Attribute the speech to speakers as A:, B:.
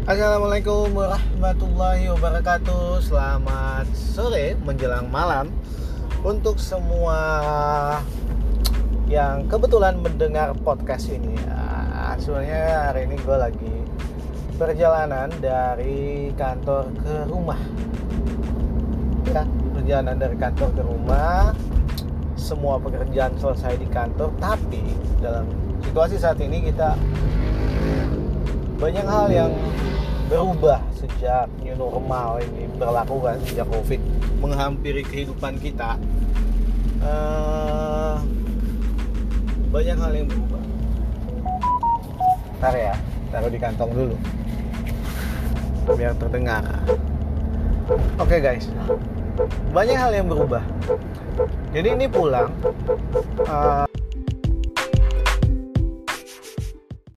A: Assalamualaikum warahmatullahi wabarakatuh. Selamat sore menjelang malam untuk semua yang kebetulan mendengar podcast ini. Sebenarnya hari ini gue lagi perjalanan dari kantor ke rumah. Perjalanan dari kantor ke rumah. Semua pekerjaan selesai di kantor, tapi dalam situasi saat ini kita banyak hal yang berubah sejak new normal ini berlaku kan, sejak COVID menghampiri kehidupan kita. Banyak hal yang berubah. Ntar ya, taruh di kantong dulu biar terdengar. Oke guys, banyak hal yang berubah. Jadi ini pulang